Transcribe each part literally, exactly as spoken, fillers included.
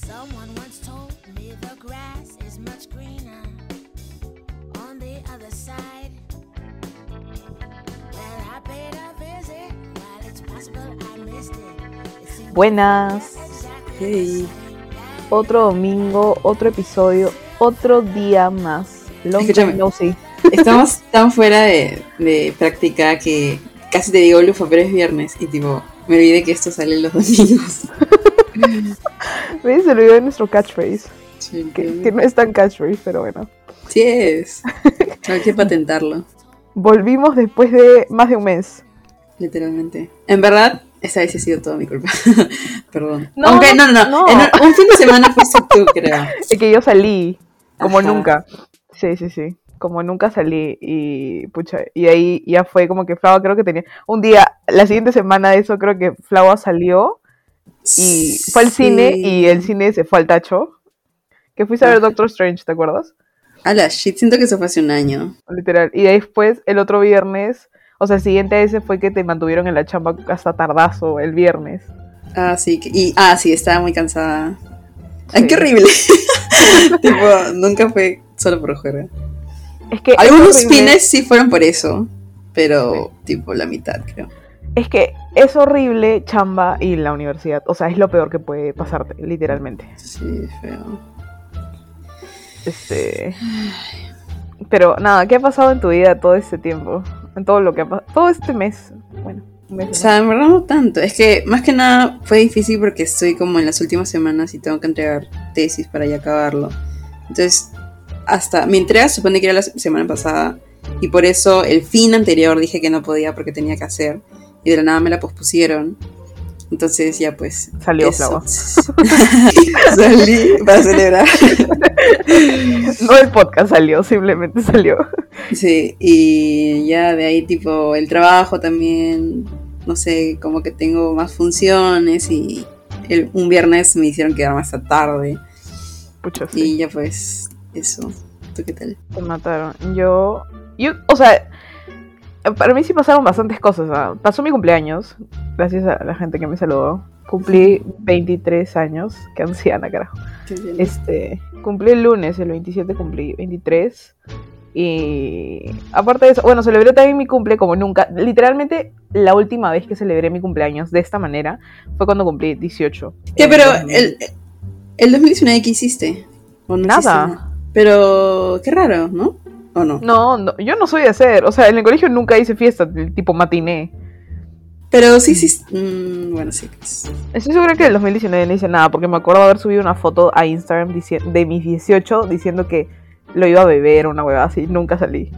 Someone once told me the grass is much greener on the other side. Well, I paid a visit while it's possible I missed it. It seemed Buenas. exactly Hey. Otro domingo, otro episodio, otro día más. Long Escúchame. time no see. Estamos tan fuera de, de práctica que casi te digo, Lufa, pero es viernes. Y tipo, me olvidé que esto sale los domingos. ¿Ves? Se olvidó de nuestro catchphrase. Sí, Que, que no es tan catchphrase, pero bueno. sí es. Hay que patentarlo, Volvimos después de más de un mes. literalmente. En verdad, esta vez ha sido toda mi culpa. Perdón. No, Aunque, no, no, no. no. En un, un fin de semana fuiste tú, creo. Es que yo salí como Ajá. nunca. Sí, sí, sí. Como nunca salí y pucha, y ahí ya fue como que Flava creo que tenía un día, la siguiente semana de eso creo que Flava salió y fue al Sí. cine y el cine se fue al tacho. Que fuiste a ver Ajá. Doctor Strange, ¿te acuerdas? A la shit, siento que eso fue hace un año. Literal. Y después, el otro viernes, o sea, el siguiente a ese fue que te mantuvieron en la chamba hasta tardazo el viernes. Ah, sí. que- Y, ah, sí, estaba muy cansada. Ay, Sí. qué horrible. Tipo, nunca fue solo por jugar. Es que es Algunos horrible. fines sí fueron por eso, pero tipo la mitad, creo. Es que es horrible chamba y la universidad. O sea, es lo peor que puede pasarte, literalmente. Sí, feo. Este. Pero nada, ¿qué ha pasado en tu vida todo este tiempo? En todo lo que ha pasado. Todo este mes. Bueno, un mes. O ¿no? sea, en verdad no tanto. Es que más que nada fue difícil porque estoy como en las últimas semanas y tengo que entregar tesis para ya acabarlo. Entonces, hasta mi entrega se supone que era la se- semana pasada y por eso el fin anterior dije que no podía porque tenía que hacer y de la nada me la pospusieron. Entonces ya pues Salió eso. Flava. Salí para celebrar. No el podcast salió, simplemente salió. Sí, y ya de ahí tipo el trabajo también, no sé, como que tengo más funciones y el, un viernes me hicieron quedarme hasta tarde Pucha, sí. y ya pues eso. ¿Tú qué tal? Te mataron. Yo. Yo, o sea. Para mí sí pasaron bastantes cosas. ¿Ah? Pasó mi cumpleaños. Gracias a la gente que me saludó. Cumplí veintitrés años. Qué anciana, carajo. Qué bien. Este, cumplí el lunes, el veintisiete cumplí veintitrés. Y aparte de eso, bueno, celebré también mi cumple como nunca. Literalmente, la última vez que celebré mi cumpleaños de esta manera fue cuando cumplí dieciocho. ¿Qué? En Pero dos mil. el, el dos mil diecinueve, ¿qué hiciste? ¿O no hiciste Nada. nada? Pero qué raro, ¿no? ¿O no? No, no, yo no soy de hacer. O sea, en el colegio nunca hice fiesta, del tipo matiné. Pero sí hiciste... mm, bueno, sí. Pues. Estoy segura que el dos mil diecinueve no hice nada, porque me acuerdo haber subido una foto a Instagram dici- de mis dieciocho diciendo que lo iba a beber, una huevada así. Nunca salí.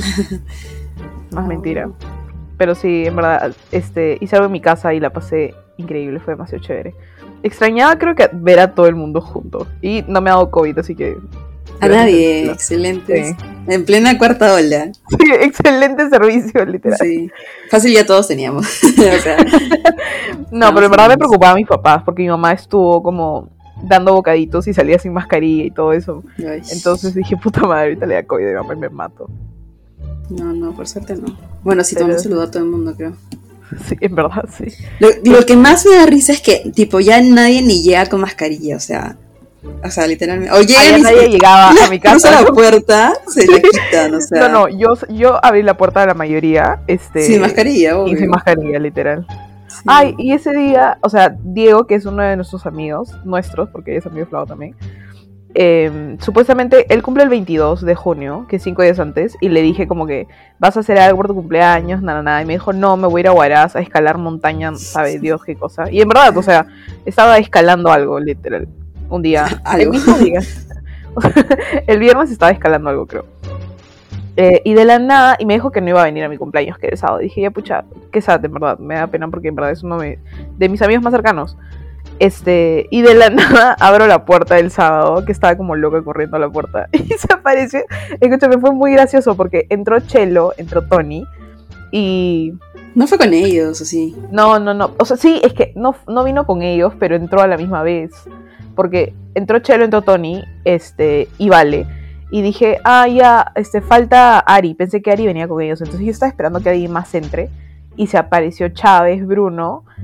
Más mentira. Pero sí, en verdad, este, hice algo en mi casa y la pasé increíble, fue demasiado chévere. Extrañaba, creo que ver a todo el mundo junto. Y no me ha dado COVID, así que... A nadie, excelente. Sí. En plena cuarta ola. Sí, excelente servicio, literal. Sí. Fácil ya todos teníamos. O sea, No, pero en verdad me preocupaba a mis papás, porque mi mamá estuvo como dando bocaditos y salía sin mascarilla y todo eso. ay. Entonces dije, puta madre, ahorita le da COVID a mi mamá y me mato. No, no, por suerte no. Bueno, sí, Pero- tomamos saludó a todo el mundo, creo. Sí, en verdad, sí. Lo, lo que más me da risa es que, tipo, ya nadie ni llega con mascarilla, o sea... O sea, literalmente... O llega Allá y nadie llegaba a mi cruza casa. la puerta, se la quitan, o sea... No, no, yo, yo abrí la puerta de la mayoría, este... Sin mascarilla, obvio. Y sin mascarilla, literal. Sí. Ay, y ese día, o sea, Diego, que es uno de nuestros amigos, nuestros, porque es amigo de Flavo también, eh, supuestamente él cumple el veintidós de junio, que es cinco días antes, y le dije como que, vas a hacer algo por tu cumpleaños, nada, nada, y me dijo, no, me voy a ir a Huaraz a escalar montaña, sabe Dios qué cosa, y en verdad, o sea, estaba escalando algo, literal, un día, el Algo. mismo día, O sea, el viernes estaba escalando algo, creo. Eh, y de la nada, y me dijo que no iba a venir a mi cumpleaños, que era el sábado. Dije, ya pucha, qué sad, en verdad. Me da pena porque en verdad es uno de, de mis amigos más cercanos. Este, y de la nada abro la puerta el sábado, que estaba como loca corriendo a la puerta. Y se apareció. Escúchame, fue muy gracioso porque entró Chelo, entró Tony. Y. No fue con ellos, o sí. No, no, no. O sea, sí, es que no, no vino con ellos, pero entró a la misma vez. Porque entró Chelo, entró Tony, este, y Vale. Y dije, ah, ya, este, falta Ari. Pensé que Ari venía con ellos. Entonces yo estaba esperando que alguien más entre. Y se apareció Chávez, Bruno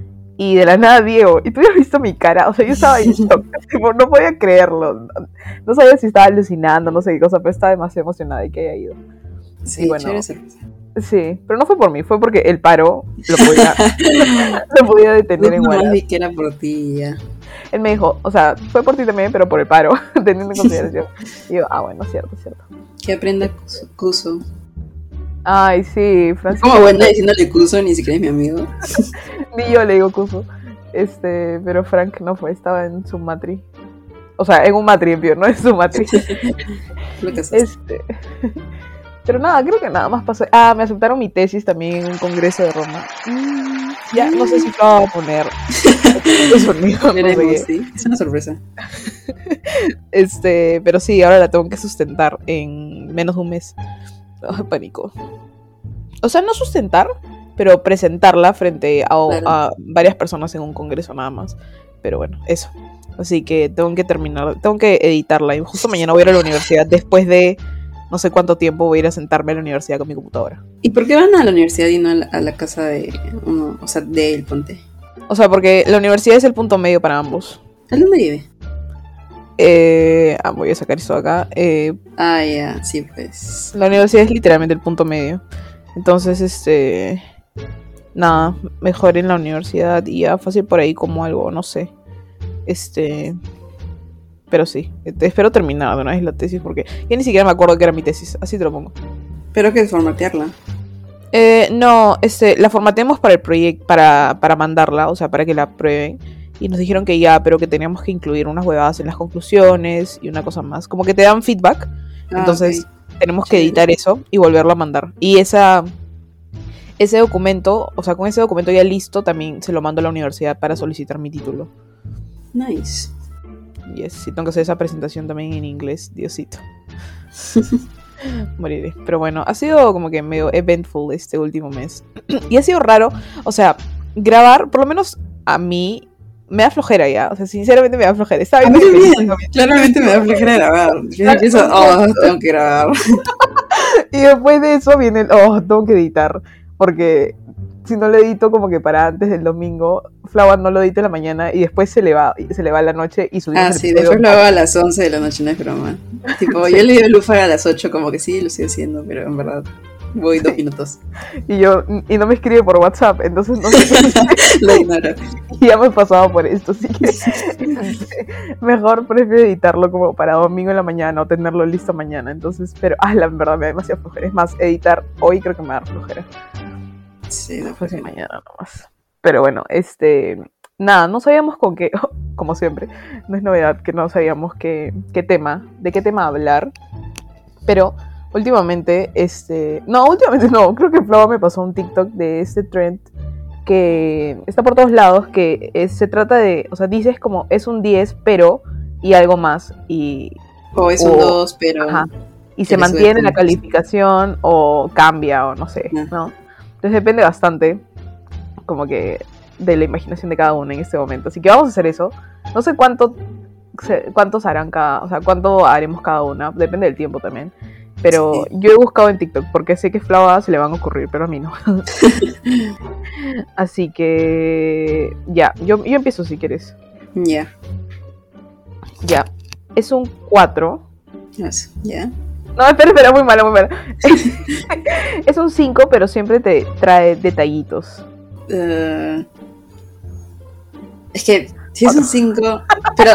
y de la nada Diego, y tú habías visto mi cara, o sea, yo estaba en shock, tipo, no podía creerlo, no, no sabía si estaba alucinando, no sé qué cosa, pero estaba demasiado emocionada de que haya ido. Sí, Y bueno, chévere sorpresa. sí, pero no fue por mí, fue porque el paro lo podía, lo podía detener en Yo nomás Huaraz. vi que era por ti ya. Él me dijo, o sea, fue por ti también, pero por el paro, teniendo en consideración. Y yo, ah, bueno, cierto, cierto. Que aprenda Cuso- Cuso. Ay, sí, Francisco. Como buena diciéndole Cuso, ni siquiera es mi amigo. Ni yo le digo Cuso. Este, pero Frank no fue, estaba en su matri. O sea, en un matri, envío, no en su matri. Lo que haces. Este. Pero nada, creo que nada más pasó. Ah, me aceptaron mi tesis también en un congreso de Roma. Mm, ya, no sé si lo va a poner. El sonido, no sé Veremos, qué. sí. Es una sorpresa. Este, pero sí, ahora la tengo que sustentar en menos de un mes. Ay, pánico. O sea, no sustentar, pero presentarla frente a, Claro. a varias personas en un congreso nada más. Pero bueno, eso. Así que tengo que terminar, tengo que editarla. Y justo mañana voy a ir a la universidad. Después de no sé cuánto tiempo voy a ir a sentarme a la universidad con mi computadora. ¿Y por qué van a la universidad y no a la, a la casa de uno? O sea, de él, ponte. O sea, porque la universidad es el punto medio para ambos. ¿A dónde vive? Eh, ah, voy a sacar esto de acá. Eh, Ah, ya, sí, pues. La universidad es literalmente el punto medio. Entonces, este... Nada, mejor en la universidad y ya fácil por ahí como algo, no sé. Este... Pero sí, te- espero terminar de una vez la tesis porque ya ni siquiera me acuerdo que era mi tesis, así te lo pongo. Pero que formatearla. Eh, no, este, la formateamos para el proyecto, para, para mandarla, o sea, para que la aprueben. Y nos dijeron que ya, pero que teníamos que incluir unas huevadas en las conclusiones y una cosa más. Como que te dan feedback. Ah, Entonces ok. tenemos que Chévere. editar eso y volverlo a mandar. Y esa ese documento, o sea, con ese documento ya listo, también se lo mando a la universidad para solicitar mi título. Nice. Y yes, sí, tengo que hacer esa presentación también en inglés, Diosito. Moriré. Pero bueno, ha sido como que medio eventful este último mes. Y ha sido raro, o sea, grabar, por lo menos a mí, me da flojera ya. O sea, sinceramente me da flojera. Estaba A mí viendo que- también. Claramente me da flojera grabar. Yo empiezo, oh, tengo que grabar. Y después de eso viene el, oh, tengo que editar. Porque si no lo edito como que para antes del domingo, Flava no lo edita en la mañana y después se le va, se le va la noche y subimos Ah, el sí, episodio. después lo hago a las once de la noche, no es broma. Tipo, yo le digo Lufar a las ocho, como que sí, lo estoy haciendo, pero en verdad voy dos minutos. Y yo, y no me escribe por WhatsApp, entonces no sé qué. Lo ignoro. Y ya me he pasado por esto, así que mejor prefiero editarlo como para domingo en la mañana o tenerlo listo mañana. Entonces, pero, ah, la verdad me da demasiada flojera. Es más, editar hoy creo que me da flojera. Sí, no Pues fue mañana nomás. Pero bueno, este... Nada, no sabíamos con qué... Como siempre, no es novedad que no sabíamos qué, qué tema, de qué tema hablar. Pero últimamente, este... No, últimamente no. Creo que Flava me pasó un TikTok de este trend que está por todos lados, que es- se trata de... O sea, dices como es un diez, pero... Y algo más. Y... O es un o- dos, pero. Ajá. Y que se le sube mantiene la puntos. calificación o cambia o no sé, Ah. ¿no? Entonces depende bastante como que de la imaginación de cada uno en este momento. Así que vamos a hacer eso. No sé cuánto se- cuántos harán cada, o sea, cuánto haremos cada una, depende del tiempo también. Pero Sí. yo he buscado en TikTok porque sé que Flava se le van a ocurrir, pero a mí no. Así que ya, yo, yo empiezo si quieres. Ya. Ya. Es un cuatro. Eso, ya. No, espera, espera, muy malo, muy malo. Es un cinco, pero siempre te trae detallitos. Eh, es que si es un cinco, pero.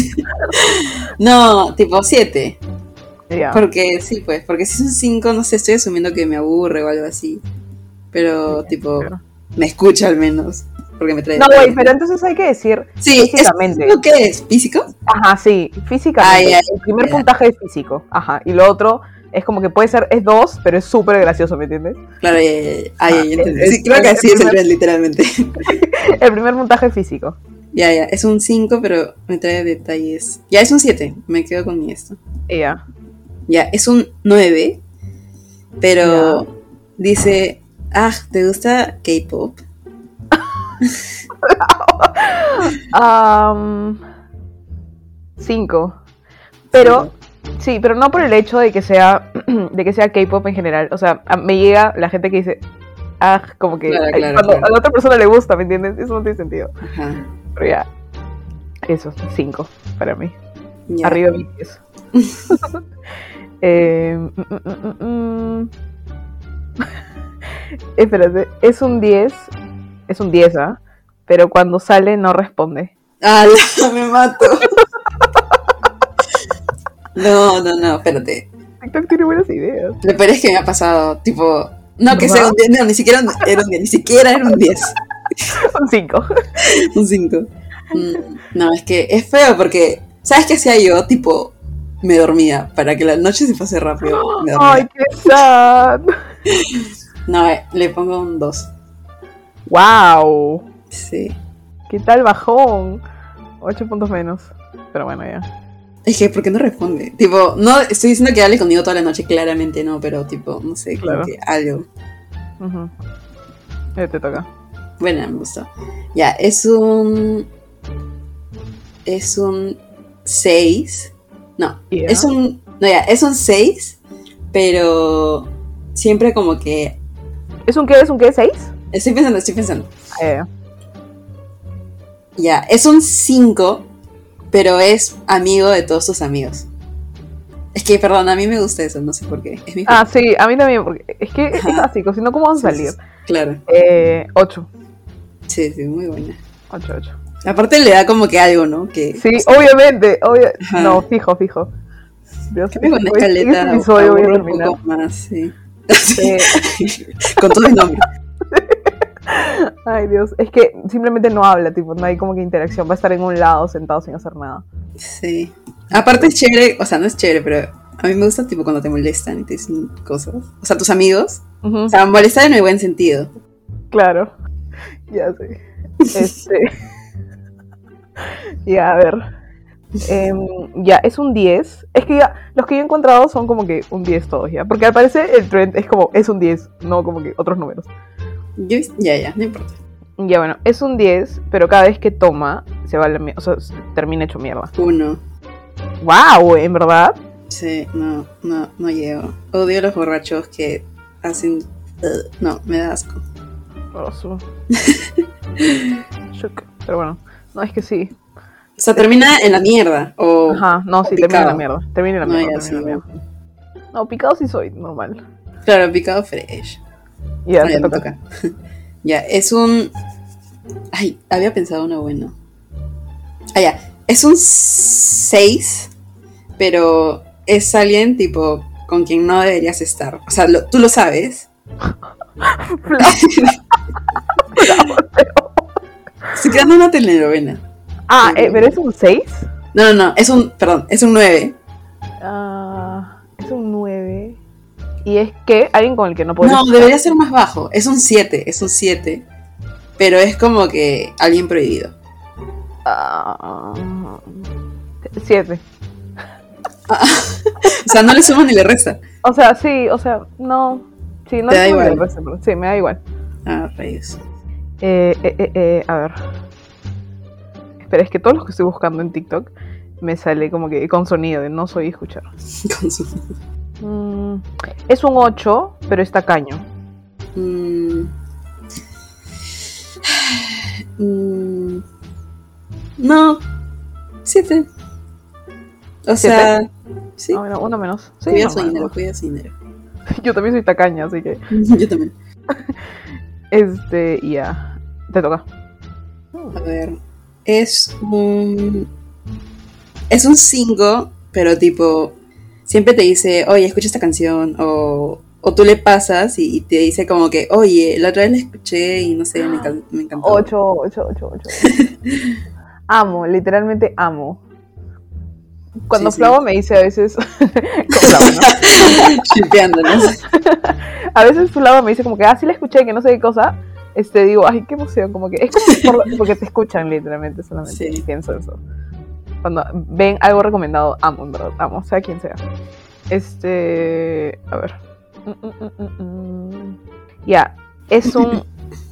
No, tipo siete. Ya. Porque sí, pues. Porque si es un cinco, no sé, estoy asumiendo que me aburre o algo así. Pero, tipo, Pero- me escucha al menos. Porque me trae. No, güey, detalles. pero entonces hay que decir Sí, físicamente. ¿es, ¿qué es? ¿Físico? Ajá, sí, físicamente. Ah, ya, El primer ya. puntaje es físico. Ajá. Y lo otro es como que puede ser, es dos, pero es súper gracioso, ¿me entiendes? Claro, ya, ya, ya. Ah, ya, ya entendí. es- Sí, creo es- que así es es el primer- trend, literalmente. El primer puntaje es físico. Ya, ya. Es un cinco, pero me trae detalles. Ya, es un siete. Me quedo con mi esto. Y ya. Ya, es un nueve, pero dice, ah, ¿te gusta K-pop? Am, cinco. Pero, sí, pero no por el hecho de que sea, de que sea K-pop en general. O sea, a- me llega la gente que dice, ah, como que Claro, eh, claro, cuando claro. a la otra persona le gusta, ¿me entiendes? Eso no tiene sentido. Ajá. Pero ya, eso, cinco para mí. Ya. Arriba mi diez. eh, mm, mm, mm, mm. Espérate, es un diez, es un diez, ¿ah? Pero cuando sale no responde. ¡Ah, me mato! No, no, no, espérate. TikTok tiene buenas ideas. Lo peor es que me ha pasado, tipo... No, que ¿Verdad? sea un diez, no, ni siquiera un- era un diez, ni siquiera era un diez. Un cinco. Un cinco. Mm, no, es que es feo porque... ¿Sabes qué hacía yo? Tipo, me dormía. Para que la noche se pase rápido, me dormía. Ay, qué sad. No, eh, le pongo un dos. Wow. Sí. ¿Qué tal bajón? Ocho puntos menos. Pero bueno, ya. Es que, ¿por qué no responde? Tipo, no estoy diciendo que hable conmigo toda la noche, claramente no, pero tipo, no sé, como Claro. que algo. Uh-huh. Ya te toca. Bueno, me gustó. Ya, es un... Es un seis. No, Yeah. es un... No, ya, es un seis, pero siempre como que... ¿Es un qué? ¿Es un qué? ¿Seis? Estoy pensando, estoy pensando. Eh, Ya, es un cinco, pero es amigo de todos tus amigos. Es que, perdón, a mí me gusta eso, no sé por qué. Es mi ah, sí, a mí también, porque es que es Ajá. básico, si no, ¿cómo vamos a Sí, salir? sí, claro. Eh, ocho. Sí, sí, muy buena. Ocho, ocho. Aparte le da como que algo, ¿no? Que, Sí, obviamente, obvio. Ajá. No, fijo, fijo. Dios, Creo que con la este escaleta episodio voy a aburre un terminar. poco más, sí. Sí. Con todo el nombre. Ay, Dios, es que simplemente no habla, tipo, no hay como que interacción, va a estar en un lado sentado sin hacer nada. Sí. Aparte es chévere, o sea, no es chévere, pero a mí me gusta tipo cuando te molestan y te dicen cosas. O sea, tus amigos. Ujú, O sea, molestar en el buen sentido. claro, ya sé. Este. Ya, a ver. Em, ya, es un diez. Es que ya, los que yo he encontrado son como que un diez todos, ya. Porque al parecer el trend es como, es un diez, no como que otros números. Yo, ya, ya, no importa. Ya, bueno, es un diez, pero cada vez que toma, se va a la mierda, o sea, s- termina hecho mierda. Uno. ¡Wow! ¿En verdad? Sí, no, no, no llego. Odio a los borrachos que hacen... Ugh, no, me da asco. Oh, su- Shook. Pero bueno, no, es que sí. O sea, termina en la mierda. O... Ajá, no, o sí, termina en la picado. mierda. Termina en la No, mierda, ya, termina en la sí, mierda. No, picado sí soy, normal. Claro, picado fresh. Ya, Ah, te ya me toca. toca. Ya, es un... Ay, había pensado uno bueno. Ah, ya. Es un seis, pero es alguien tipo con quien no deberías estar. O sea, lo- tú lo sabes. Estoy creando una telenovela. Ah, eh, pero es un seis. No, no, no, es un... Perdón, es un nueve. Ah, es un nueve. Y es que alguien con el que no puedes. No, debería ser más bajo. Es un siete, es un siete. Pero es como que alguien prohibido. Ah, siete. O sea, no le suma ni le resta. O sea, sí, o sea, no. Sí, no Te da es muy igual. bien, pero sí, me da igual. Ah, rayos. Eh, eh, eh, eh, a ver. Espera, es que todos los que estoy buscando en TikTok me sale como que con sonido de no soy escuchar. Con su... Mm, es un ocho, pero está caño. Mm. Mm. No. Siete. O sea, sí. Ah, bueno, uno menos. Sí, Cuida su normal, dinero, ¿no? cuida su dinero. Yo también soy tacaña, así que. Yo también. Este, ya. Te toca. A ver. Es un. Es un cinco, pero tipo. Siempre te dice, oye, escucha esta canción. O, o tú le pasas y, y te dice como que, oye, la otra vez la escuché y no sé, me, encan- me encantó. Ocho, ocho, ocho, ocho. Amo, literalmente amo. Cuando Sí, sí. Flavo me dice a veces. Con Flavo, ¿no? Shipeándonos. A veces Flavo me dice como que, ah, sí la escuché, que no sé qué cosa. Este, digo, ay, qué emoción. Como que es como por- porque te escuchan, literalmente, solamente. Sí. Pienso eso. Cuando ven algo recomendado, amo, en verdad, amo, sea quien sea. Este. A ver. Mm, mm, mm, mm, mm. Ya, es un.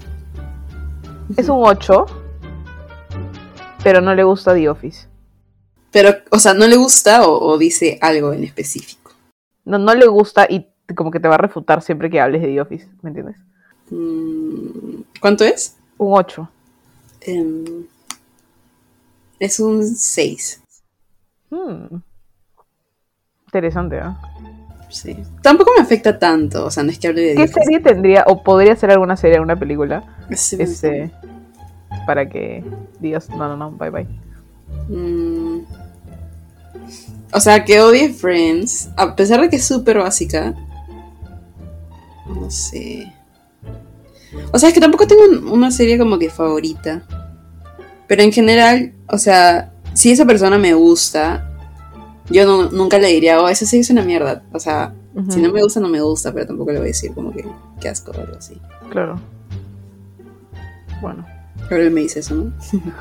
Es un ocho, pero no le gusta The Office. Pero, o sea, ¿no le gusta o, o dice algo en específico? No, no le gusta y como que te va a refutar siempre que hables de The Office, ¿me entiendes? Mm, ¿Cuánto es? Un ocho. Em, es un seis. Hmm. Interesante, ¿eh? Sí. Tampoco me afecta tanto, o sea, no es que hable de ¿Qué dientes. serie tendría, o podría ser alguna serie, alguna película, Sí, este, para que digas, no, no, no, bye, bye? mm, o sea, que odie Friends, a pesar de que es súper básica. No sé. O sea, es que tampoco tengo un- una serie como que favorita. Pero en general, o sea, si esa persona me gusta, yo no- nunca le diría, oh, esa serie es una mierda. O sea, Ujú, si no me gusta, no me gusta, pero tampoco le voy a decir como que, qué asco o algo así. claro. Bueno, Pero él me dice eso, ¿no?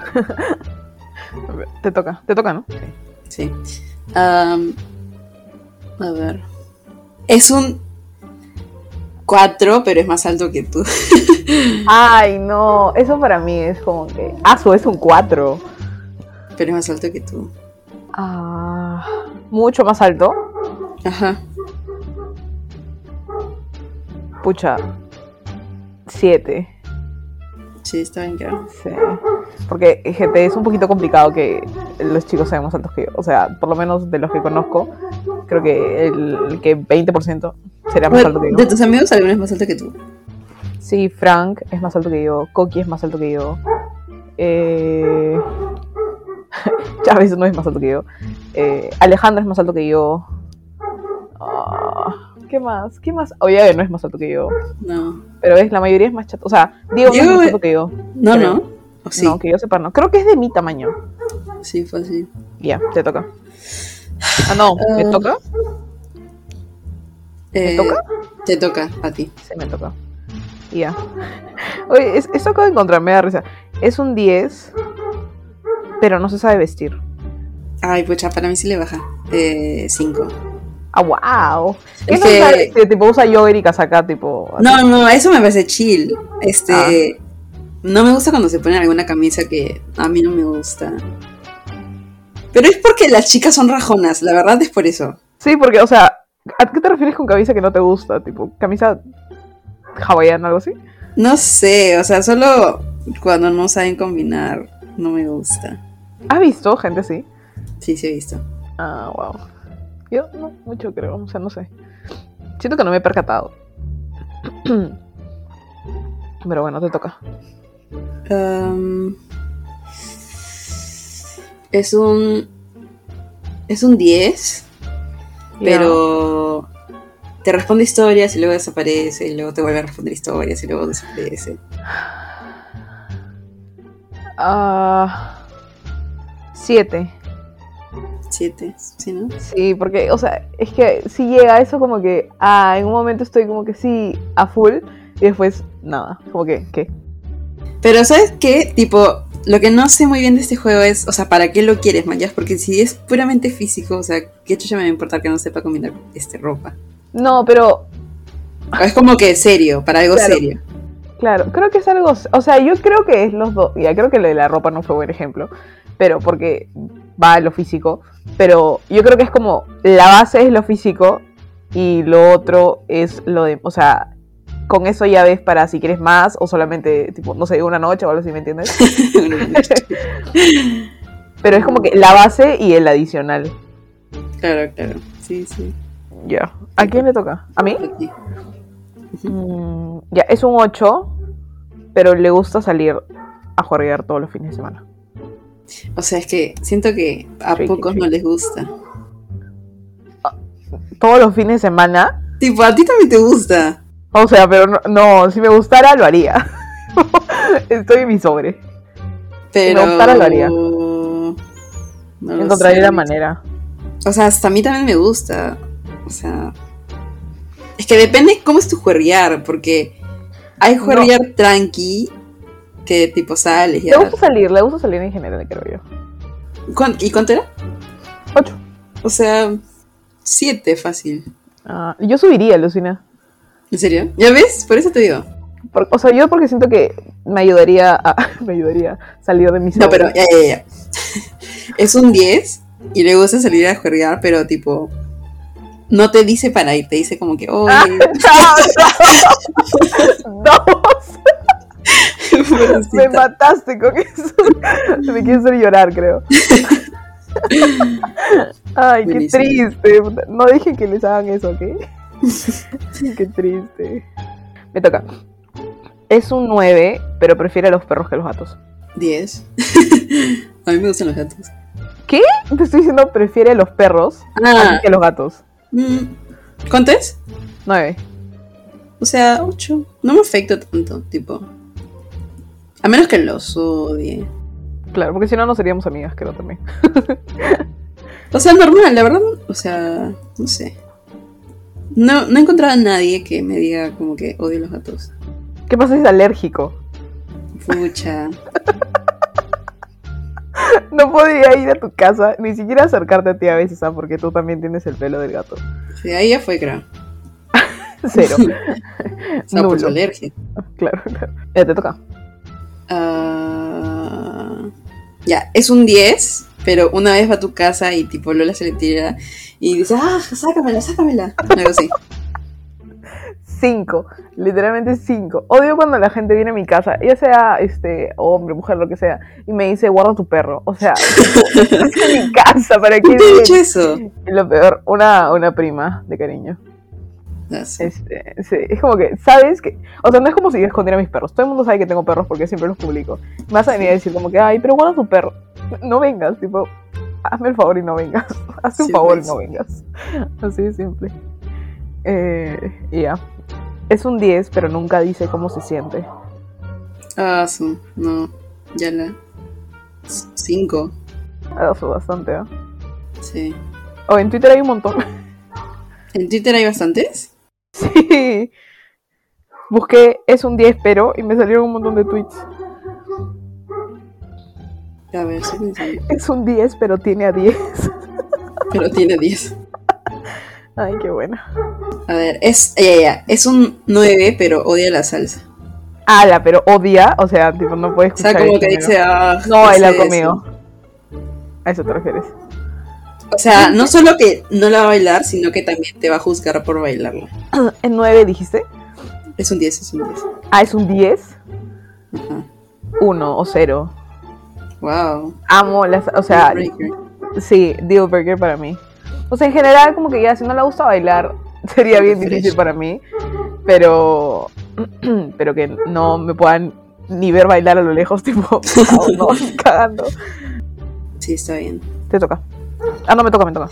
te toca, te toca, ¿no? Sí. Am, a ver. Es un cuatro, pero es más alto que tú. Ay, no, eso para mí es como que, ah, su es un cuatro. Pero es más alto que tú. Ah, mucho más alto. Ajá. Pucha, siete. Sí, está bien claro. Sí. Porque, gente, es un poquito complicado que los chicos sean más altos que yo. O sea, por lo menos de los que conozco, creo que el, el que veinte por ciento sería más alto que yo. De tus amigos, alguno es más alto que tú. Sí, Frank es más alto que yo. Coqui es más alto que yo. Eh... Chávez no es más alto que yo. Eh, Alejandro es más alto que yo. Ah, ¿qué más? ¿Qué más? Oye, no es más alto que yo. No. Pero es, la mayoría es más chato. O sea, Diego, no Diego, es más alto que yo. No, creo. no. ¿O sí? No, que yo sepa, no. Creo que es de mi tamaño. Sí, fácil. Ya, te toca. Ah, no, ¿me Ah. toca? Eh, toca? Te toca a ti. Sí, me toca. Ya. Oye, es, esto acabo de encontrar, me da risa. Es un diez, pero no se sabe vestir. Ay, pucha, para mí sí le baja. Eh, cinco. Ah, wow. ¿Qué Es no que- sabe vestir? Tipo, usa jogger y casaca, tipo. así. No, no, eso me parece chill. Este. Ah. No me gusta cuando se ponen alguna camisa que a mí no me gusta. Pero es porque las chicas son rajonas, la verdad es por eso. Sí, porque, o sea, ¿a qué te refieres con camisa que no te gusta? Tipo, camisa hawaiana, algo así. No sé, o sea, solo cuando no saben combinar, no me gusta. ¿Has visto gente así? Sí, sí he visto. Ah, wow. Yo no mucho creo, o sea, no sé. Siento que no me he percatado. Pero bueno, te toca. Um, es un. Es un diez, pero te responde historias y luego desaparece, y luego te vuelve a responder historias y luego desaparece. Ah, siete. Siete, ¿sí, no? Sí, porque, o sea, es que si llega a eso como que, ah, en un momento estoy como que sí, a full, y después, nada, como que, ¿qué? Pero ¿sabes qué? Tipo, lo que no sé muy bien de este juego es, o sea, ¿para qué lo quieres, man? Porque si es puramente físico, o sea, ¿qué chucha me va a importar que no sepa combinar este ropa? No, pero, O es como que serio, para algo Claro. serio. claro, creo que es algo, o sea, yo creo que es los dos, ya creo que lo de la ropa no fue buen ejemplo, pero porque va a lo físico, pero yo creo que es como, la base es lo físico y lo otro es lo de, o sea, con eso ya ves para si quieres más o solamente, tipo, no sé, una noche o algo así, ¿me entiendes? Pero es como que la base y el adicional. Claro, claro. Sí, sí. Ya. ¿A quién le toca? ¿A mí? Aquí. Mm, ya, es un ocho, pero le gusta salir a jugar todos los fines de semana. O sea, es que siento que a Tricky, pocos no tricky. les gusta. Todos los fines de semana. Tipo, a ti también te gusta. O sea, pero no, no, si me gustara lo haría. Estoy en mi sobre. Pero. me gustara, lo haría. No lo Encontraría sé. la manera. O sea, hasta a mí también me gusta. O sea. Es que depende cómo es tu juerrear, porque hay juerrear tranqui que tipo sales y Le gusta salir, le gusta salir en general, creo yo. ¿Cuán- ¿Y cuánto era? Ocho. O sea, siete fácil. Ah, yo subiría, Lucina. ¿En serio? ¿Ya ves? Por eso te digo. Por- o sea, yo porque siento que me ayudaría a, me ayudaría a salir de mi No, sobre. pero ya, ya, ya. Es un diez y le gusta salir a juerrear, pero tipo no te dice para ir, te dice como que, oh, Ah, no, no. Me mataste con eso. Me quieres hacer llorar, creo. Ay, Buenísimo. qué triste. No dejen que les hagan eso, ¿ok? Qué triste. Me toca. Es un nueve, pero prefiere a los perros que a los gatos. diez. A mí me gustan los gatos. ¿Qué? Te estoy diciendo prefiere a los perros Ah. antes que a los gatos. Mm, ¿Cuánto es? nueve. O sea, ocho. No me afecta tanto, tipo. A menos que los odie. Claro, porque si no, no seríamos amigas, creo también. O sea, normal, la verdad. O sea, no sé. No, no he encontrado a nadie que me diga como que odio los gatos. ¿Qué pasa si es alérgico? Pucha. No podría ir a tu casa, ni siquiera acercarte a ti a veces, ¿ah? Porque tú también tienes el pelo del gato. Sí, ahí ya fue, creo. Cero. O sea, por su Nulo. alergia. Claro, claro. Ya te toca. Ah, ya, es un diez, pero una vez va a tu casa y tipo Lola se le tira y dice, ah, sácamela, sácamela. Algo así. Cinco. Literalmente cinco. Odio cuando la gente viene a mi casa, ya sea este hombre, mujer, lo que sea, y me dice, guarda tu perro. O sea, es en mi casa, ¿para qué? ¿Quién te ha dicho vienes? eso? Y lo peor, una, una prima de cariño. Ah, sí. Este, sí, es como que, ¿sabes? Que, o sea, no es como si yo escondiera a mis perros. Todo el mundo sabe que tengo perros porque siempre los publico. Me vas a venir a decir como que, ay, pero guarda tu perro. No vengas, tipo, hazme el favor y no vengas. Hazte un Sí, favor pues. y no vengas. Así de simple. Eh, y ya. Es un diez, pero nunca dice cómo se siente. Ah, su, no, ya la... cinco, Ah, eso bastante, ¿eh? sí. O en Twitter hay un montón. ¿En Twitter hay bastantes? Sí. Busqué es un diez, pero, y me salieron un montón de tweets. A ver, sí pensando. Es un diez, pero tiene a diez. Pero tiene diez. Ay, qué buena. A ver, es, ya, ya, ya, es un nueve, pero odia la salsa. Ala, pero odia, o sea, tipo, no puede O sea, escuchar como el que género. dice, ah, No ¿qué bailar es conmigo. eso? A eso te refieres. O sea, no solo que no la va a bailar, sino que también te va a juzgar por bailarla. ¿En nueve dijiste? Es un diez, es un diez. Ah, es un diez, Ajá. uno o cero. Wow. Amo las, o sea, Deal breaker. sí, deal breaker para mí. O sea, en general, como que ya, si no le gusta bailar, sería bien Fresh. difícil para mí. Pero, pero que no me puedan ni ver bailar a lo lejos, tipo, no, no, cagando. Sí, está bien. Te toca. Ah, no, me toca, me toca.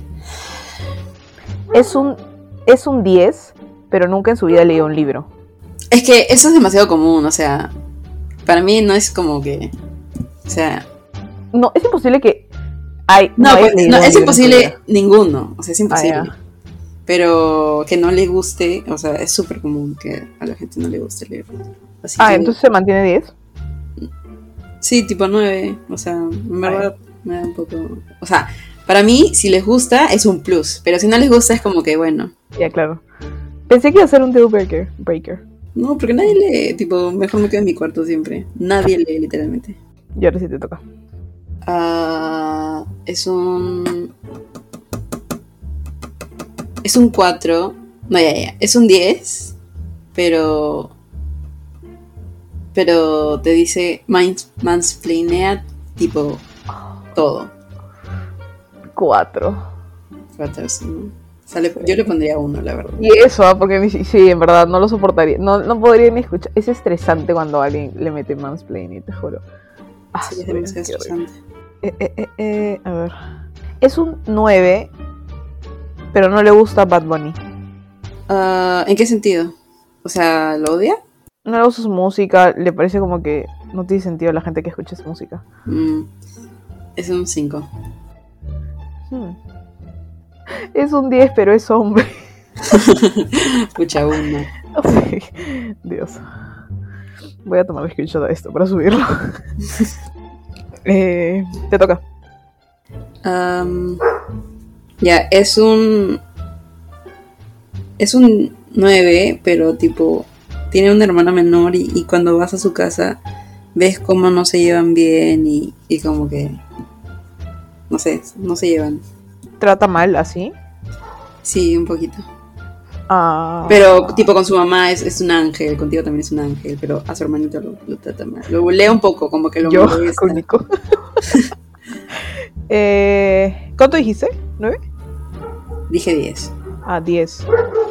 Es un, es un diez, pero nunca en su vida leído un libro. Es que eso es demasiado común, o sea, para mí no es como que, o sea, No, es imposible que hay, no, hayas pues, leído no, un es libro en tu imposible vida. ninguno, o sea, es imposible. Ah, ya. Pero que no le guste, o sea, es súper común que a la gente no le guste leer. Así Ah, que, entonces se mantiene diez. sí, tipo nueve, o sea, en Ah, verdad me da un poco, o sea, para mí si les gusta es un plus, pero si no les gusta es como que bueno, Ya, claro. Pensé que iba a ser un deal breaker. breaker. no, porque nadie lee, tipo, mejor me quedo en mi cuarto siempre, nadie lee literalmente. Y ahora sí te toca. Ah, es un. Es un cuatro. No, ya, ya. Es un diez. Pero. Pero te dice mans- mansplainea tipo todo. Cuatro. cuatro, sí, ¿no? O sea, le- yo le pondría uno, la verdad. Y eso, ah, porque ni si- sí, en verdad, no lo soportaría. No, no podría ni escuchar. Es estresante cuando alguien le mete mansplaining, te juro. Ah, Sí, es qué demasiado horrible. estresante. Eh, eh, eh, eh, a ver. Es un nueve, pero no le gusta Bad Bunny. Ah, ¿en qué sentido? O sea, ¿lo odia? No le gusta su música, le parece como que no tiene sentido la gente que escucha su música. Mm, es un cinco. Hmm. Es un diez, pero es hombre. Pucha, uno. Sí. Dios. Voy a tomar el screenshot de esto para subirlo. eh, te toca. Am, ya, es un. Es un nueve, pero tipo. Tiene una hermana menor y, y cuando vas a su casa ves cómo no se llevan bien y, y como que. No sé, no se llevan. Trata mal así. Sí, un poquito. Ah. Pero tipo con su mamá es, es un ángel, contigo también es un ángel, pero a su hermanito lo, lo trata mal. Lo bulea un poco, como que lo Yo molesta. con Nico. eh, ¿Cuánto dijiste? ¿Nueve? Dije diez. Ah, diez.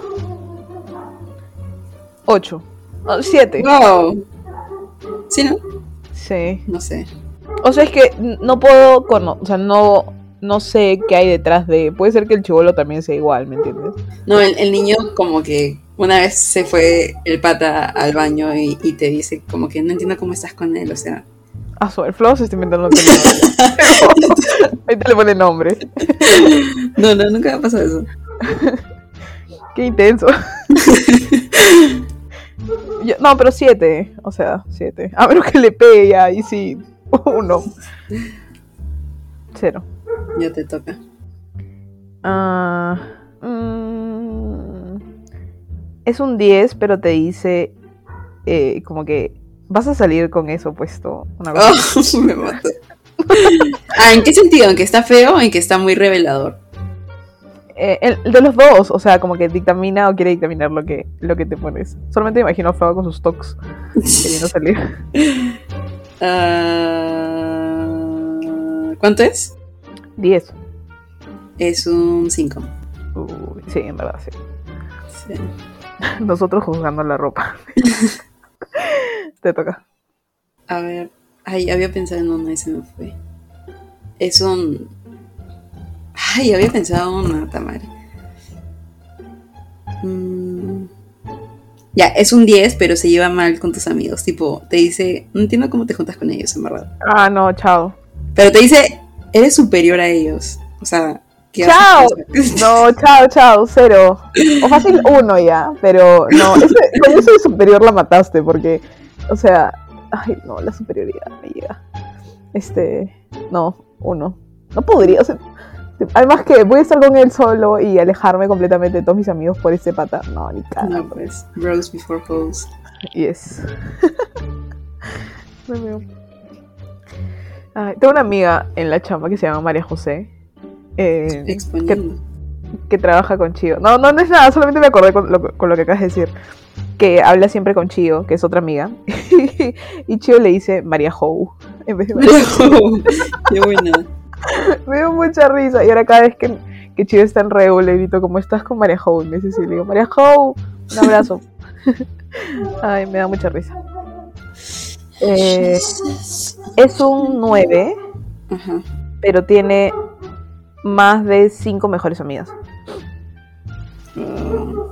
Ocho. Ah, siete. Wow. ¿Sí, no? Sí. No sé. O sea, es que n- no puedo cono- o sea, no, no sé qué hay detrás de. Puede ser que el chibolo también sea igual, ¿me entiendes? No, el, el niño como que una vez se fue el pata al baño y, y te dice como que no entiendo cómo estás con él, o sea. Ah, su, el Flow se está inventando otro nombre. Ahorita le pone nombre. No, no, nunca me ha pasado eso. Qué intenso. Yo- no, pero siete. O sea, siete. A menos que le pegue ya, y sí. Uno. Cero. Ya te toca. Ah, mm, es un diez, pero te dice eh, como que vas a salir con eso puesto. Una cosa. Oh, me mató. Ah, ¿en qué sentido? ¿En que está feo o en que está muy revelador? Eh, el, el de los dos, o sea, como que dictamina o quiere dictaminar lo que, lo que te pones. Solamente me imagino a Flow con sus tocs queriendo salir. Ah, ¿cuánto es? diez. Es un cinco. Uy, sí, en verdad, sí. Sí. Nosotros juzgando la ropa. Te toca. A ver. Ay, había pensado en uno y se me fue. Es un... Ay, había pensado en una, Tamara. Mm. Ya, es un diez, pero se lleva mal con tus amigos. Tipo, te dice, no entiendo cómo te juntas con ellos, en verdad. Ah, no, chao. Pero te dice, eres superior a ellos. O sea, ¿qué ¡Chao! haces? No, chao, chao, cero. O fácil uno ya, pero no, ese, con eso de superior la mataste, porque, o sea, ay, no, la superioridad me llega. Este, no, uno. No podría, o sea, además que voy a estar con él solo y alejarme completamente de todos mis amigos por ese pata. No, ni cara. No, pues, bros before hoes. Yes. Dios mío. Ay, tengo una amiga en la chamba que se llama María José. eh, que, Exponiendo. que trabaja con Chío. No, no, no es nada, solamente me acordé con lo, con lo que acabas de decir. Que habla siempre con Chío, que es otra amiga. Y Chío le dice María Jou en vez de María. Qué buena. Me dio mucha risa. Y ahora cada vez que, que Chío está en Reu le grito, ¿cómo estás con María Jou? Y me dice, sí, le digo, María Jou, un abrazo. Ay, me da mucha risa. Eh, es un nueve, Ajá. pero tiene más de cinco mejores amigas. Uh,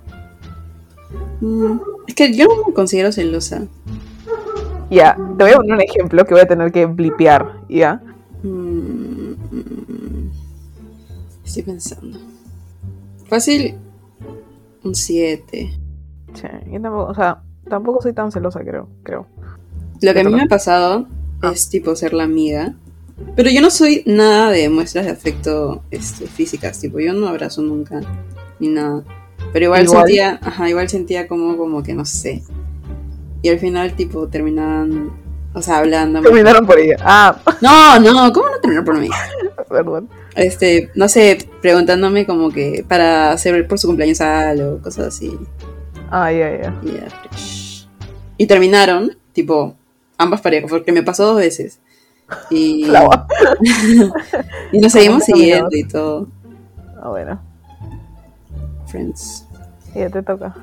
mm, es que yo no me considero celosa. Ya, te voy a poner un ejemplo que voy a tener que blipear, ¿ya? Mm, mm, estoy pensando. Fácil, un siete. Sí, yo tampoco, o sea, tampoco soy tan celosa, creo, creo. Lo que a mí toca. me ha pasado Ah. es tipo ser la amiga. Pero yo no soy nada de muestras de afecto este, físicas. Tipo, yo no abrazo nunca, ni nada. Pero igual, Igual. sentía, ajá, igual sentía como, como que no sé. Y al final, tipo, terminaban, o sea, hablando. Terminaron por ella. Ah, No, no, ¿cómo no terminaron por mí? perdón. Este, no sé, preguntándome como que para hacer por su cumpleaños algo, cosas así. Ah, ya, ya. Y, ya, fresh. Y terminaron, tipo, ambas parejas, porque me pasó dos veces. Y, Flava. y nos seguimos ¿Cómo siguiendo terminaron? y todo. Ah, bueno. Friends. Ya te toca.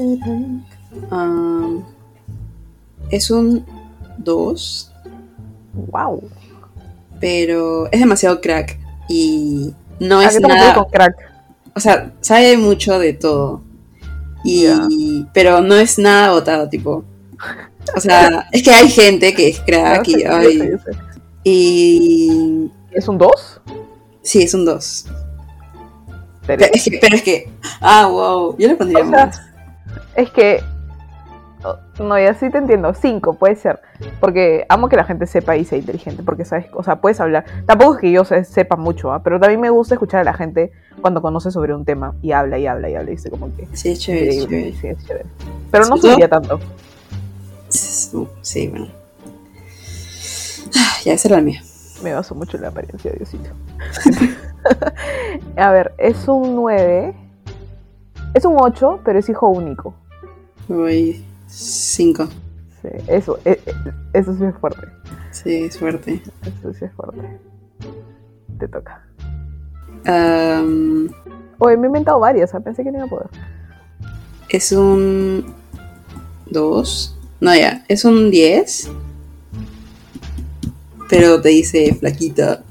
Um, es un dos, Wow. pero es demasiado crack. Y no ¿A es qué te refieres nada. con crack? O sea, sabe mucho de todo. Y, Ya. pero no es nada botado, tipo. O sea, es que hay gente que es crack No, y, sí, yo ay, sé, yo sé. y ¿Es un dos? sí, es un dos. ¿Serio? Pero es que, pero es que, ah, wow, yo le pondría O sea, más. Es que. oh, No, ya sí te entiendo. Cinco, puede ser. Porque amo que la gente sepa y sea inteligente. Porque, ¿sabes? O sea, puedes hablar. Tampoco es que yo se- sepa mucho, ¿ah? Pero también me gusta escuchar a la gente cuando conoce sobre un tema. Y habla y habla y habla. Y dice como que. Sí, es chévere, es Increíble. chévere. Sí, es chévere. Pero no ¿Tú? subiría tanto. Uh, Sí, bueno. Ah, ya, esa era la mía. Me baso mucho en la apariencia, Diosito. A ver, es un nueve. Es un ocho, pero es hijo único. Voy cinco. Sí, eso, e- e- eso sí es fuerte. Sí, es fuerte. Eso sí es fuerte. Te toca. Um, Oye, me he inventado varias, ¿ah? Pensé que no iba a poder. es un dos. No, ya. Es un diez. Pero te dice flaquita.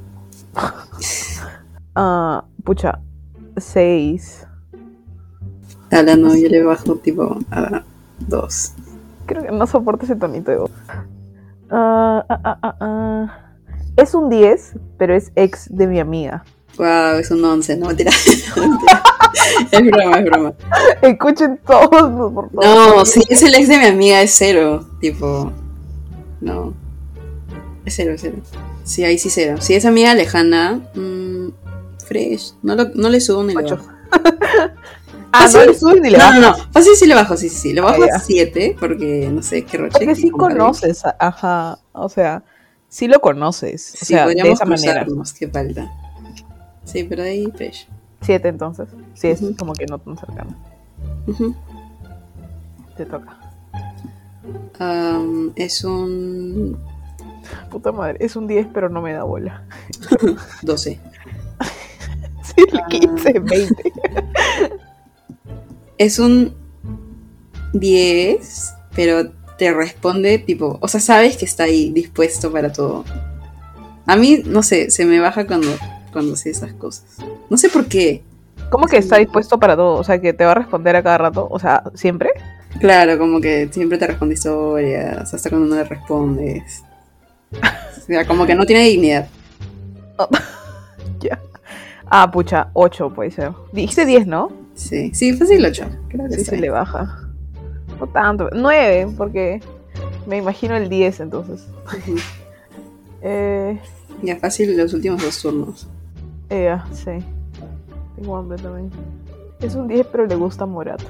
Ah, pucha, seis. A la no, yo le bajo tipo a dos. Creo que no soporto ese tonito de voz. Ah, ah, ah, ah, ah. Es un diez, pero es ex de mi amiga. Wow, es un once, no mentira. No, mentira. Es broma, es broma. Escuchen todos, no, por favor. No, si es el ex de mi amiga es cero. Tipo, no. Es cero, es cero. Sí, ahí sí cero. Si es amiga lejana, mmm, fresh. No, lo, no le subo ni le Ocho. bajo. Ah, Fácil- no le subes ni le No, bajas. no, no. Fácil sí le bajo, sí, sí, sí. Le bajo Ah, a ya. siete porque, no sé, qué roche. Porque sí conoces, a- ajá, o sea, sí lo conoces, o Sí, sea, de podríamos esa manera. cruzarnos, qué falta. Sí, pero ahí fresh. Siete entonces, sí, es Ujú. como que no tan cercano. Ujú. Te toca. Um, es un Puta madre, es un diez pero no me da bola. doce. Sí, quince, veinte. Es un diez, pero te responde tipo, o sea, sabes que está ahí dispuesto para todo. A mí, no sé, se me baja cuando, cuando sé esas cosas. No sé por qué. ¿Cómo que está dispuesto para todo? O sea, que te va a responder a cada rato, o sea, ¿siempre? Claro, como que siempre te responde historias, hasta cuando no le respondes. O sea, como que no tiene dignidad. Ya. Ah, pucha, ocho puede ser. Dijiste diez, ¿no? Sí, sí, fácil ocho. Creo que Sí, está se ahí. le baja. No tanto, nueve, porque me imagino el diez entonces. Ujú. Eh, Ya fácil los últimos dos turnos. eh, sí. Tengo hambre también. Es un diez pero le gusta Morat.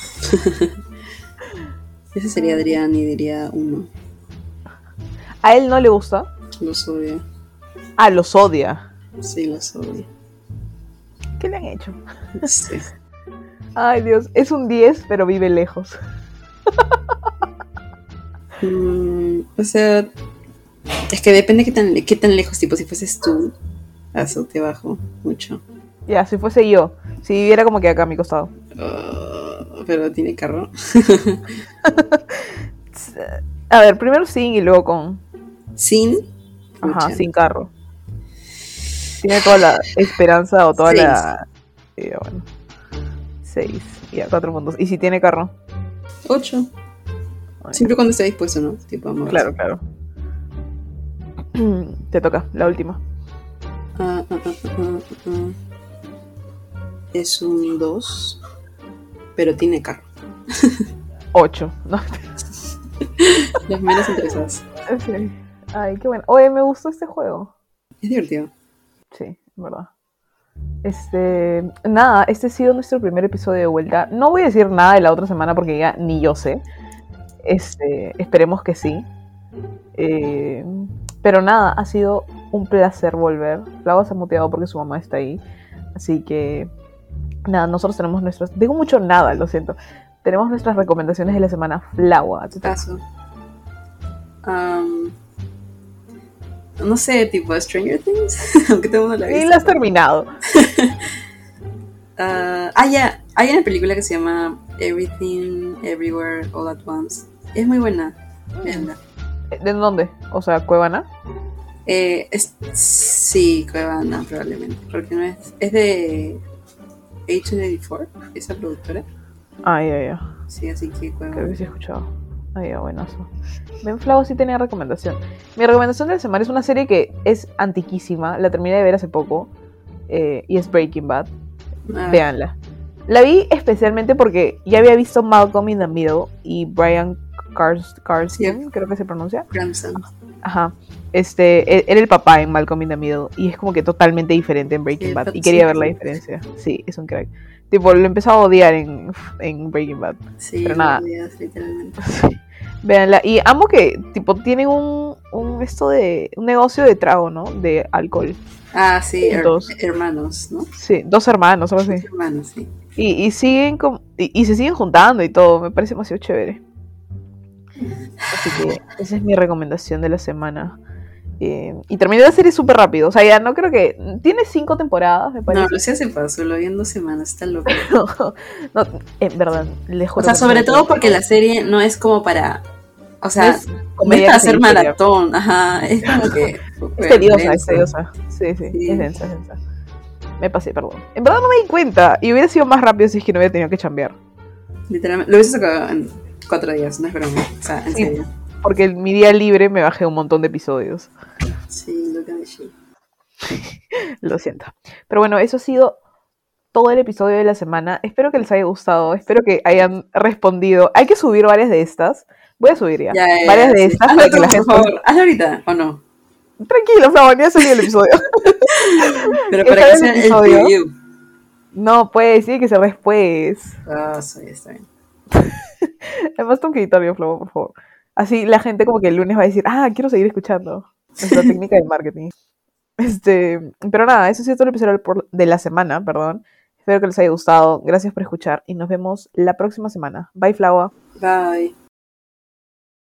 Ese sería Adrián y diría uno. A él no le gusta. Los odio. Ah, los odia. Sí, los odio. ¿Qué le han hecho? Sí. Ay, Dios. Es un diez, pero vive lejos. Mm, o sea, es que depende qué tan, qué tan lejos, tipo, si fueses tú, a eso te bajo mucho. Ya, si fuese yo. Si viviera como que acá a mi costado. Oh, pero tiene carro. A ver, primero sin y luego con. Sin. Ajá, Pucha. sin carro. Tiene toda la esperanza o toda Seis. la. Ya, bueno. Seis. Ya, cuatro puntos. ¿Y si tiene carro? Ocho. Ay, Siempre cuando esté dispuesto, ¿no? Tipo, amor. Claro, claro. Te toca, la última. Ah, ah, ah, ah, ah. Es un dos, pero tiene carro. Ocho. No. Los menos interesados. Sí. Ay, qué bueno. Oye, me gustó este juego. Es divertido. Sí, en verdad. Este, nada, este ha sido nuestro primer episodio de vuelta. No voy a decir nada de la otra semana porque ya ni yo sé. Este, esperemos que sí. Eh, pero nada, ha sido un placer volver. Flago se ha muteado porque su mamá está ahí. Así que, nada, nosotros tenemos nuestras... Digo mucho nada, lo siento. Tenemos nuestras recomendaciones de la semana. Flawa. Caso. Um, no sé, tipo Stranger Things. Aunque todo el mundo la ha Y visto. la has terminado. Ah, ah, ya. Hay una película que se llama Everything, Everywhere, All at Once. Es muy buena. Véanla. ¿De dónde? O sea, Cuevana. Eh, es, sí, Cuevana, probablemente. Porque no es. Es de A ochenta y cuatro, esa productora. Ah, ya, ya. Sí, así que Creo Cuevana. que sí he escuchado. Ay, ya, buenazo. Ben Flago sí tenía recomendación. Mi recomendación de la semana es una serie que es antiquísima. La terminé de ver hace poco. eh, y es Breaking Bad. Ah, Véanla. La vi especialmente porque ya había visto Malcolm in the Middle y Brian Cars- Carston, Sí. creo que se pronuncia. Cranston. Ajá. Este, e- era el papá en Malcolm in the Middle y es como que totalmente diferente en Breaking Sí, Bad. pero Y quería sí, ver la sí. diferencia. Sí, es un crack. Tipo, lo empezaba a odiar en, en Breaking Bad. Sí, Pero lo nada. odias, literalmente. Véanla. Y amo que, tipo, tienen un, un esto de, un negocio de trago, ¿no? De alcohol. Ah, sí, her- Juntos. hermanos, ¿no? Sí, dos hermanos, algo así. Hermanos, sí. Y, y siguen com- y, y se siguen juntando y todo. Me parece demasiado chévere. Así que esa es mi recomendación de la semana. Eh, y terminé la serie súper rápido. O sea, ya no creo que. Tiene cinco temporadas, me No, parece. Lucía se pasó, lo vi en dos semanas, está loco. No, en verdad, le O juro sea, que sobre no. todo porque la serie no es como para. O sea, No es no es comedia para que se hacer dice, maratón, ajá. Es como que. Es súper tediosa, es denso. tediosa. Sí, sí, Sí. es densa, es densa. Me pasé, perdón. En verdad no me di cuenta. Y hubiera sido más rápido si es que no hubiera tenido que chambear. Literalmente, lo hubiese sacado en cuatro días, no es broma. O sea, en Sí. serio. Porque en mi día libre me bajé un montón de episodios. Sí, lo que me shit. Lo siento. Pero bueno, eso ha sido todo el episodio de la semana. Espero que les haya gustado. Espero que hayan respondido. Hay que subir varias de estas. Voy a subir ya. Ya, ya, varias ya, de sí. estas Hazlo para tú, que la por gente. favor. Hazlo ahorita, ¿o no? Tranquilo, Flava, ya salió el episodio. Pero Que para que salga el sea el episodio. preview. No, pues, sí, que ser después. Ah, sí, está bien. Además, tengo que editar bien, Flava, por favor. Así la gente como que el lunes va a decir, ah, quiero seguir escuchando. Nuestra técnica de marketing. Este, pero nada, eso ha sido todo el episodio por- de la semana, perdón. Espero que les haya gustado. Gracias por escuchar y nos vemos la próxima semana. Bye, Flava. Bye.